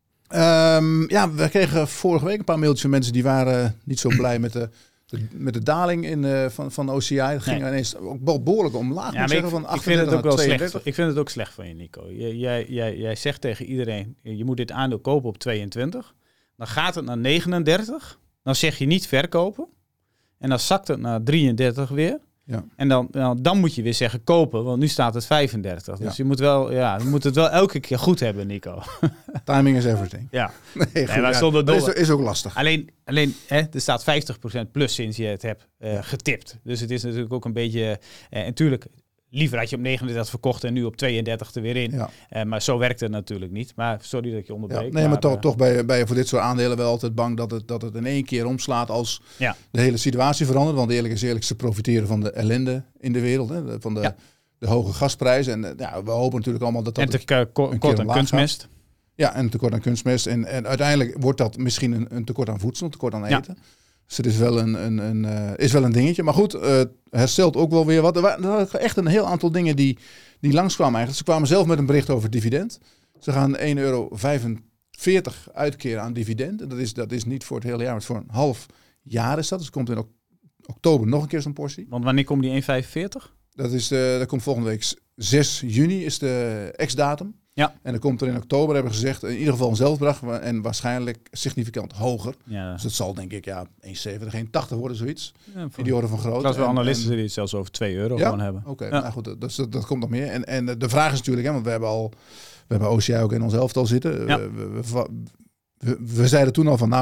We kregen vorige week een paar mailtjes van mensen die waren niet zo blij met de daling van OCI. Dat ging ineens ook behoorlijk omlaag. Ja, ik vind het ook wel slecht. Ik vind het ook slecht van je, Nico. Jij zegt tegen iedereen, je moet dit aandeel kopen op 22. Dan gaat het naar 39. Dan zeg je niet verkopen. En dan zakt het naar 33 weer. Ja. En dan moet je weer zeggen kopen, want nu staat het 35. Dus je moet het wel elke keer goed hebben, Nico. Timing is everything. Ja. Dat is ook lastig. Alleen er staat 50% plus sinds je het hebt getipt. Dus het is natuurlijk ook een beetje... natuurlijk, liever had je op 39 verkocht en nu op 32 er weer in. Ja. Maar zo werkt het natuurlijk niet. Maar sorry dat ik je onderbreek. Ja, maar toch ben je voor dit soort aandelen wel altijd bang dat het in één keer omslaat als de hele situatie verandert. Want eerlijk is eerlijk, ze profiteren van de ellende in de wereld. Hè, van de hoge gasprijzen. En we hopen natuurlijk allemaal dat en tekort aan kunstmest. Gaat. Ja, en een tekort aan kunstmest. En uiteindelijk wordt dat misschien een tekort aan voedsel, een tekort aan eten. Ja. Dus het is wel een dingetje. Maar goed, herstelt ook wel weer wat. Er waren echt een heel aantal dingen die langskwamen eigenlijk. Ze kwamen zelf met een bericht over dividend. Ze gaan €1,45 uitkeren aan dividend. En dat is niet voor het hele jaar, maar voor een half jaar is dat. Dus komt in oktober nog een keer zo'n portie. Want wanneer komt die 1,45? Dat komt volgende week 6 juni is de ex-datum. Ja. En dan komt er in oktober, hebben we gezegd, in ieder geval een zelfbedrag en waarschijnlijk significant hoger. Ja. Dus dat zal denk ik 1,70, 1,80 worden, zoiets. Ja, in die orde van grootte. Als we analisten die het zelfs over €2 gewoon hebben. Oké. Nou goed, dat komt nog meer. En de vraag is natuurlijk, want we hebben OCI ook in ons elftal zitten. Ja. We zeiden toen al van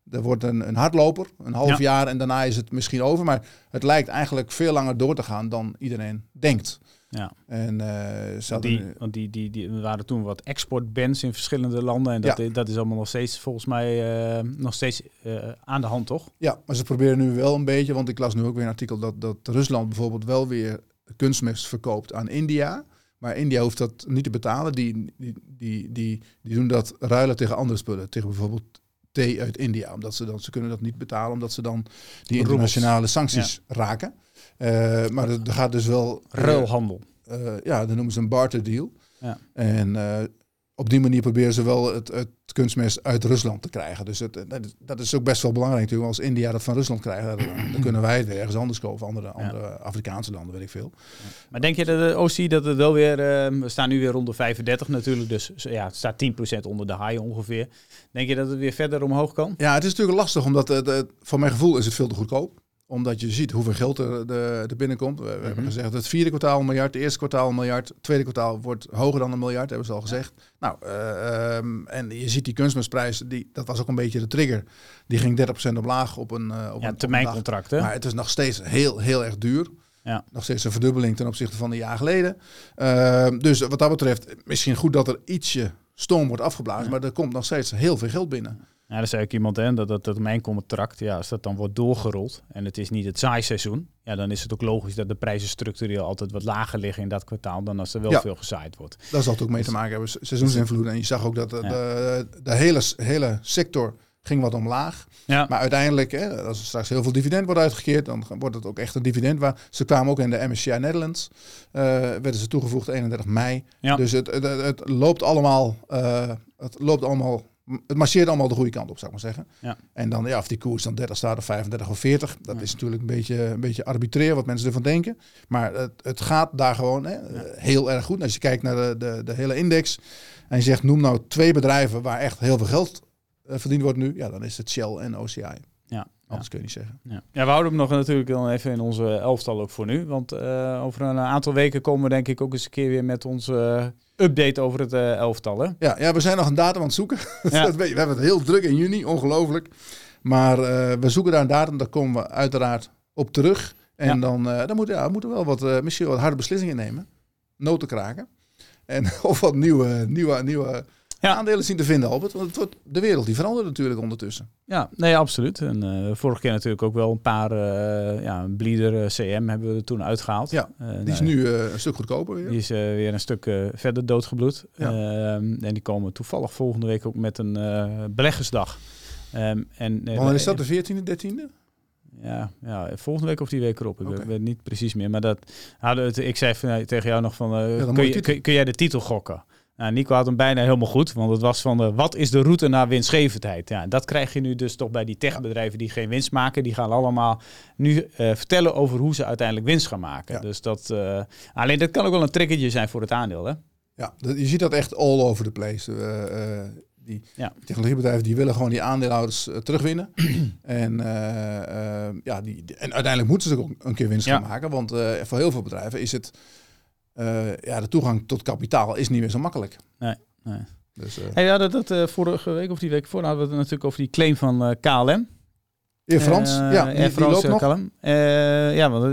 Er wordt een hardloper, een half jaar en daarna is het misschien over. Maar het lijkt eigenlijk veel langer door te gaan dan iedereen denkt. Ja. En want die waren toen wat exportbans in verschillende landen. En dat is allemaal nog steeds volgens mij aan de hand, toch? Ja, maar ze proberen nu wel een beetje, want ik las nu ook weer een artikel dat Rusland bijvoorbeeld wel weer kunstmest verkoopt aan India. Maar India hoeft dat niet te betalen. Die doen dat ruilen tegen andere spullen. Tegen bijvoorbeeld thee uit India. Omdat ze kunnen dat niet betalen, omdat ze dan die internationale sancties raken. Maar er gaat dus wel... Ruilhandel. Dat noemen ze een barter deal. Ja. En op die manier proberen ze wel het kunstmest uit Rusland te krijgen. Dus dat is ook best wel belangrijk natuurlijk. Als India dat van Rusland krijgt, dan kunnen wij het weer ergens anders kopen. Andere Afrikaanse landen, weet ik veel. Ja. Maar denk je dat de OC dat het wel weer... we staan nu weer rond de 35 natuurlijk. Dus het staat 10% onder de high ongeveer. Denk je dat het weer verder omhoog kan? Ja, het is natuurlijk lastig. Omdat voor mijn gevoel is het veel te goedkoop. Omdat je ziet hoeveel geld er binnenkomt. We hebben gezegd het vierde kwartaal 1 miljard, het eerste kwartaal 1 miljard, het tweede kwartaal wordt hoger dan 1 miljard, hebben ze al gezegd. Nou, en je ziet die kunstmestprijs, dat was ook een beetje de trigger. Die ging 30% omlaag op een termijncontract. Hè? Maar het is nog steeds heel, heel erg duur. Ja. Nog steeds een verdubbeling ten opzichte van een jaar geleden. Dus wat dat betreft, misschien goed dat er ietsje stoom wordt afgeblazen, maar er komt nog steeds heel veel geld binnen. Ja, dat zei ook iemand, hè, dat mijn contract, als dat dan wordt doorgerold en het is niet het saaiseizoen, dan is het ook logisch dat de prijzen structureel altijd wat lager liggen in dat kwartaal dan als er wel veel gezaaid wordt. Daar zal het ook mee te maken hebben, seizoensinvloed. En je zag ook dat de hele sector ging wat omlaag. Ja. Maar uiteindelijk, als er straks heel veel dividend wordt uitgekeerd, dan wordt het ook echt een dividend. Ze kwamen ook in de MSCI Netherlands, werden ze toegevoegd 31 mei. Ja. Dus het loopt allemaal... Het marcheert allemaal de goede kant op, zou ik maar zeggen. Ja. En dan, of die koers dan 30 staat of 35 of 40. Dat is natuurlijk een beetje arbitrair wat mensen ervan denken. Maar het gaat daar gewoon heel erg goed. En als je kijkt naar de hele index en je zegt, noem nou 2 bedrijven waar echt heel veel geld verdiend wordt nu. Ja, dan is het Shell en OCI. Ja. Anders kun je niet zeggen. Ja, we houden hem nog natuurlijk dan even in onze elftal ook voor nu. Want over een aantal weken komen we denk ik ook eens een keer weer met onze update over het elftal. Hè? Ja, we zijn nog een datum aan het zoeken. Ja. We hebben het heel druk in juni, ongelooflijk. Maar we zoeken daar een datum, daar komen we uiteraard op terug. En dan moeten we wel misschien wat harde beslissingen nemen. Noten kraken. En of wat nieuwe aandelen zien te vinden, Albert. Want de wereld die verandert natuurlijk ondertussen. Ja, nee, absoluut. En vorige keer natuurlijk ook wel een paar... een Bleeder CM hebben we er toen uitgehaald. Ja, die is nu een stuk goedkoper weer. Die is weer een stuk verder doodgebloed. Ja. En die komen toevallig volgende week ook met een beleggersdag. Wanneer is dat? De 14e, 13e? Ja, volgende week of die week erop. Ik weet het niet precies meer. Maar ik zei tegen jou nog van... kun jij de titel gokken? Nou, Nico had hem bijna helemaal goed, want het was van wat is de route naar winstgevendheid? Ja, dat krijg je nu dus toch bij die techbedrijven die geen winst maken. Die gaan allemaal nu vertellen over hoe ze uiteindelijk winst gaan maken. Ja. Dus alleen dat kan ook wel een triggertje zijn voor het aandeel, hè? Ja, je ziet dat echt all over the place. Die technologiebedrijven die willen gewoon die aandeelhouders terugwinnen. En uiteindelijk moeten ze ook een keer winst gaan maken, want voor heel veel bedrijven is het... de toegang tot kapitaal is niet meer zo makkelijk. Nee. Dus, vorige week of die week voor hadden we het natuurlijk over die claim van KLM. Air France, die loopt nog. KLM. Want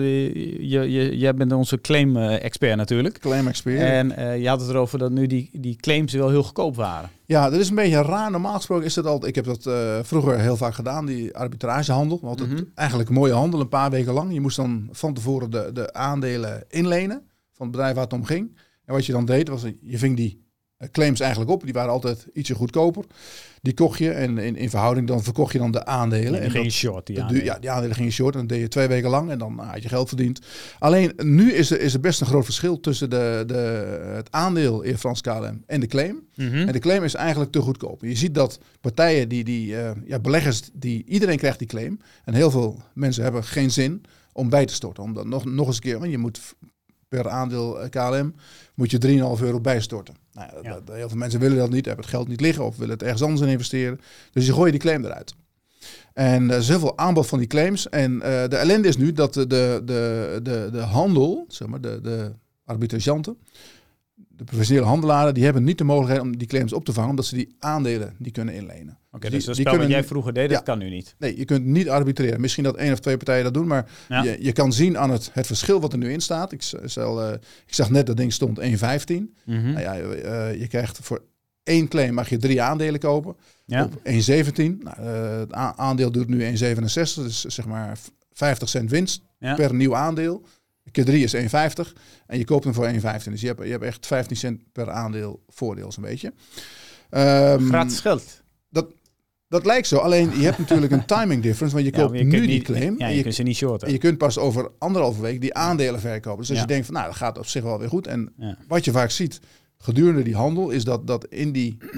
jij bent onze claim-expert natuurlijk. Claim-expert. En je had het erover dat nu die claims wel heel goedkoop waren. Ja, dat is een beetje raar. Normaal gesproken is dat altijd... Ik heb dat vroeger heel vaak gedaan, die arbitragehandel. Want eigenlijk een mooie handel, een paar weken lang. Je moest dan van tevoren de aandelen inlenen van het bedrijf waar het om ging. En wat je dan deed, was je ving die claims eigenlijk op. Die waren altijd ietsje goedkoper. Die kocht je en in verhouding dan verkocht je dan de aandelen. Ja, die ging short, die aandelen. Ja, die aandelen gingen short en dat deed je 2 weken lang en dan had je geld verdiend. Alleen nu is er best een groot verschil tussen het aandeel Air France KLM en de claim. En de claim is eigenlijk te goedkoop. Je ziet dat partijen, beleggers, iedereen krijgt die claim. En heel veel mensen hebben geen zin om bij te storten. Om dat nog eens een keer, want je moet... Per aandeel KLM moet je €3,5 bijstorten. Nou, heel veel mensen willen dat niet, hebben het geld niet liggen of willen het ergens anders in investeren. Dus je gooit die claim eruit. En er is heel veel aanbod van die claims. En de ellende is nu dat de handel, zeg maar, de arbitragianten, de professionele handelaren die hebben niet de mogelijkheid om die claims op te vangen, omdat ze die aandelen die kunnen inlenen. Oké, dus dat spel wat jij vroeger deed, dat kan nu niet. Nee, je kunt niet arbitreren. Misschien dat 1 of 2 partijen dat doen, maar je kan zien aan het verschil wat er nu in staat. Ik zag net dat ding stond 1,15. Mm-hmm. Nou ja, je krijgt voor 1 claim mag je 3 aandelen kopen. Ja. Op 1,17. Nou, het aandeel doet nu 1,67. Dus zeg maar 50 cent winst per nieuw aandeel. Keer 3 is 1,50. En je koopt hem voor 1,15. Dus je hebt echt 15 cent per aandeel voordeel, zo'n beetje. Gratis geld. Dat lijkt zo. Alleen je hebt natuurlijk een timing difference. Want je koopt nu die claim. Ja, je kunt ze niet shorten. En je kunt pas over 1,5 week die aandelen verkopen. Dus als je denkt van nou, dat gaat op zich wel weer goed. En wat je vaak ziet gedurende die handel is dat in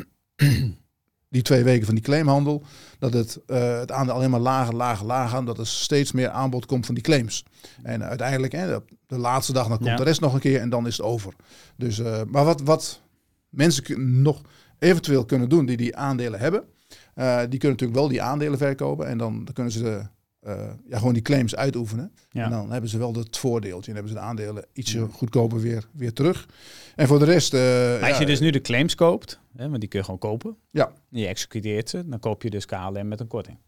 die 2 weken van die claimhandel, dat het aandeel alleen maar lager gaat, dat er steeds meer aanbod komt van die claims. En uiteindelijk, de laatste dag, dan komt de rest nog een keer en dan is het over. Dus, maar wat mensen nog eventueel kunnen doen die aandelen hebben, die kunnen natuurlijk wel die aandelen verkopen en dan kunnen ze gewoon die claims uitoefenen. Ja. En dan hebben ze wel het voordeeltje en hebben ze de aandelen ietsje goedkoper weer terug. En voor de rest... maar als je dus nu de claims koopt, want die kun je gewoon kopen. Ja. En je executeert ze, dan koop je dus KLM met een korting.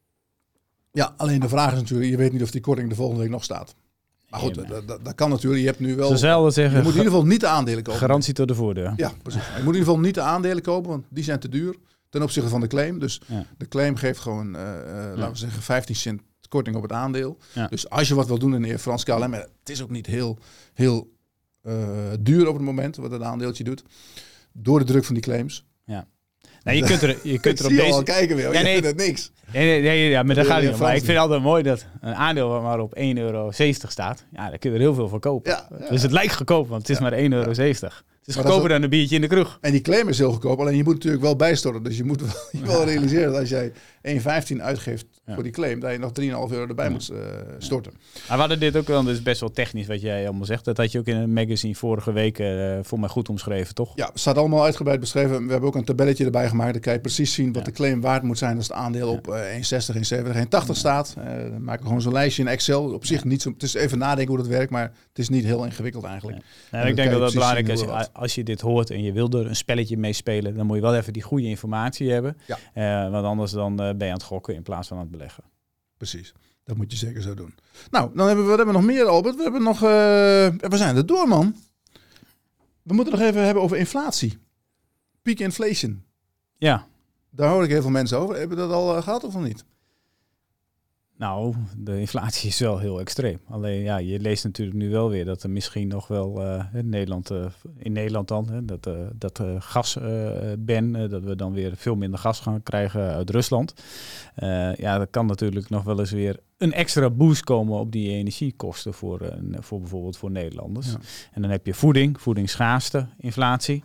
Ja, alleen de vraag is natuurlijk, je weet niet of die korting de volgende week nog staat. Maar goed, dat kan natuurlijk. Je hebt nu wel... Zeggen, je moet in ieder geval niet de aandelen kopen. Garantie tot de voordeur. Ja, precies. Je moet in ieder geval niet de aandelen kopen, want die zijn te duur ten opzichte van de claim. Dus de claim geeft gewoon, laten we zeggen, 15 cent korting op het aandeel. Ja. Dus als je wat wil doen in Air France KLM, het is ook niet heel duur op het moment wat het aandeeltje doet. Door de druk van die claims. Ja. Nou, je kunt er op deze... al kijken weer, je vindt het niks. Nee, maar dat gaat niet om. Maar ik vind het altijd mooi dat een aandeel maar op €1,70 staat. Ja, daar kun je er heel veel voor kopen. Ja. Dus het lijkt goedkoop, want het is maar €1,70. Het is goedkoper dan een biertje in de kroeg. En die claim is heel goedkoop, alleen je moet natuurlijk wel bijstorten. Dus je moet wel realiseren dat als jij 1,15 uitgeeft voor die claim, dat je nog €3,5 erbij moet storten. Maar we hadden dit ook wel, dus best wel technisch wat jij allemaal zegt. Dat had je ook in een magazine vorige week voor mij goed omschreven, toch? Ja, het staat allemaal uitgebreid beschreven. We hebben ook een tabelletje erbij gemaakt. Dan kan je precies zien wat de claim waard moet zijn als het aandeel op 1,60, 1,70, 1,80 staat. Dan maken we gewoon zo'n lijstje in Excel. Op zich niet zo. Het is even nadenken hoe dat werkt, maar het is niet heel ingewikkeld eigenlijk. Ja. Ik denk dat het belangrijk is, als je dit hoort en je wil er een spelletje mee spelen, dan moet je wel even die goede informatie hebben. Ja. Want anders dan ben je aan het gokken in plaats van aan het beleggen. Precies. Dat moet je zeker zo doen. Nou, dan hebben we nog meer, Albert. We hebben nog... we zijn er door, man. We moeten nog even hebben over inflatie. Peak inflation. Ja. Daar hoor ik heel veel mensen over. Hebben we dat al gehad of nog niet? Nou, de inflatie is wel heel extreem. Alleen ja, je leest natuurlijk nu wel weer dat er misschien nog wel in Nederland dan, dat gasban, dat we dan weer veel minder gas gaan krijgen uit Rusland. Dat kan natuurlijk nog wel eens weer een extra boost komen op die energiekosten voor bijvoorbeeld voor Nederlanders. Ja. En dan heb je voedingsschaarste, inflatie.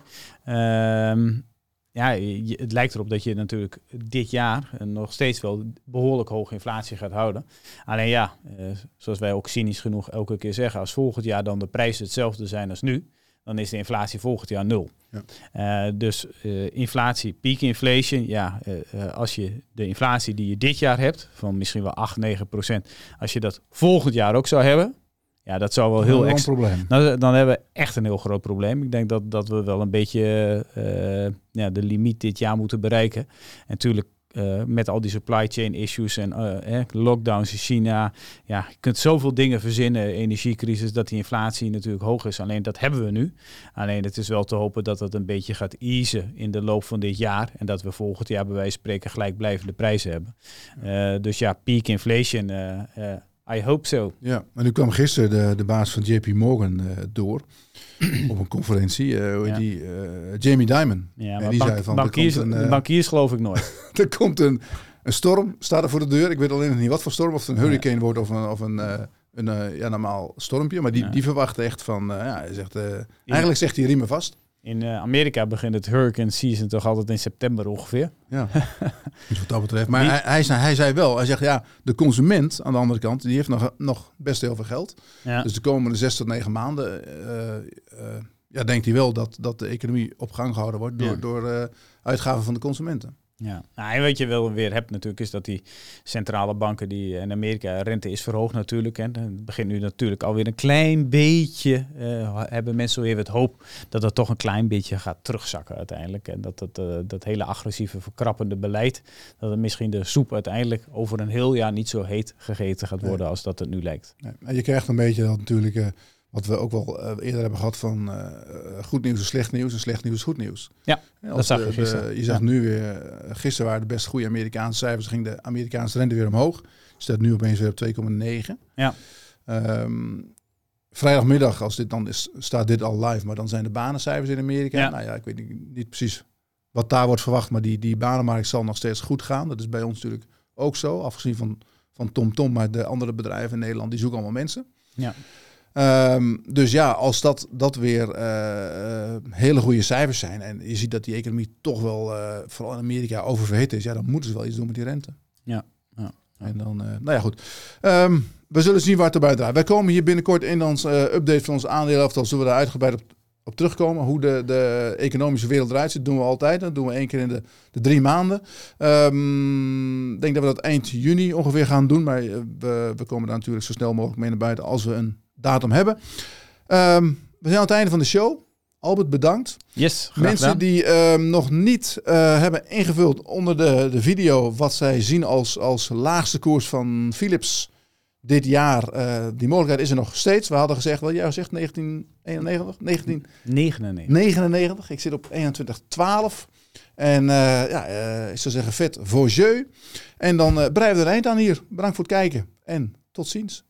Het lijkt erop dat je natuurlijk dit jaar nog steeds wel behoorlijk hoge inflatie gaat houden. Alleen zoals wij ook cynisch genoeg elke keer zeggen, als volgend jaar dan de prijzen hetzelfde zijn als nu, dan is de inflatie volgend jaar 0. Ja. Dus inflatie, peak inflation, als je de inflatie die je dit jaar hebt, van misschien wel 8-9%, als je dat volgend jaar ook zou hebben, ja, dat zou wel heel een probleem. Dan hebben we echt een heel groot probleem. Ik denk dat we wel een beetje de limiet dit jaar moeten bereiken. En natuurlijk met al die supply chain issues en lockdowns in China. Ja, je kunt zoveel dingen verzinnen, energiecrisis, dat die inflatie natuurlijk hoog is. Alleen dat hebben we nu. Alleen het is wel te hopen dat het een beetje gaat easen in de loop van dit jaar. En dat we volgend jaar bij wijze van spreken gelijkblijvende prijzen hebben. Dus peak inflation... I hope so. Ja, maar nu kwam gisteren de baas van JP Morgan door op een conferentie. Jamie Dimon. Ja, maar die zei van... Bankiers geloof ik nooit. Er komt een storm, staat er voor de deur. Ik weet alleen nog niet wat voor storm. Of het een hurricane wordt of een normaal stormpje. Maar die verwacht echt van... hij zegt, eigenlijk zegt hij riemen vast. In Amerika begint het hurricane season toch altijd in september ongeveer. Ja, dus wat dat betreft. Maar hij zei wel, hij zegt de consument aan de andere kant, die heeft nog best heel veel geld. Ja. Dus de komende 6 tot 9 maanden denkt hij wel dat de economie op gang gehouden wordt door uitgaven van de consumenten. Ja, en wat je wel weer hebt natuurlijk is dat die centrale banken die in Amerika rente is verhoogd natuurlijk. En het begint nu natuurlijk alweer een klein beetje, hebben mensen weer het hoop dat het toch een klein beetje gaat terugzakken uiteindelijk. En dat hele agressieve verkrappende beleid, dat het misschien de soep uiteindelijk over een heel jaar niet zo heet gegeten gaat worden als dat het nu lijkt. Nee. En je krijgt een beetje dat natuurlijk... wat we ook wel eerder hebben gehad van goed nieuws is slecht nieuws en slecht nieuws is goed nieuws. Ja, dat zag je gisteren. Je zag nu weer, gisteren waren de best goede Amerikaanse cijfers, ging de Amerikaanse rente weer omhoog. Staat nu opeens weer op 2,9. Ja. Vrijdagmiddag, als dit dan is, staat dit al live, maar dan zijn de banencijfers in Amerika. Ja. Nou ja, ik weet niet precies wat daar wordt verwacht, maar die banenmarkt zal nog steeds goed gaan. Dat is bij ons natuurlijk ook zo, afgezien van TomTom, maar de andere bedrijven in Nederland, die zoeken allemaal mensen. Ja. Dus ja, als dat weer hele goede cijfers zijn en je ziet dat die economie toch wel, vooral in Amerika, oververhit is, ja, dan moeten ze wel iets doen met die rente. Ja. En dan, nou ja, goed. We zullen zien waar het erbij draait. Wij komen hier binnenkort in ons update van ons aandelenaftal, zullen we daar uitgebreid op terugkomen. Hoe de economische wereld eruit ziet, doen we altijd. Dat doen we 1 keer in de 3 maanden. Ik denk dat we dat eind juni ongeveer gaan doen, maar we komen daar natuurlijk zo snel mogelijk mee naar buiten als we een datum hebben. We zijn aan het einde van de show. Albert, bedankt. Yes, mensen die nog niet hebben ingevuld onder de video wat zij zien als laagste koers van Philips dit jaar. Die mogelijkheid is er nog steeds. We hadden gezegd, wat jij zegt, 1991? 1999. Ik zit op 21,12. En ik zou zeggen vet voor jeu. En dan breiden we er eind aan hier. Bedankt voor het kijken en tot ziens.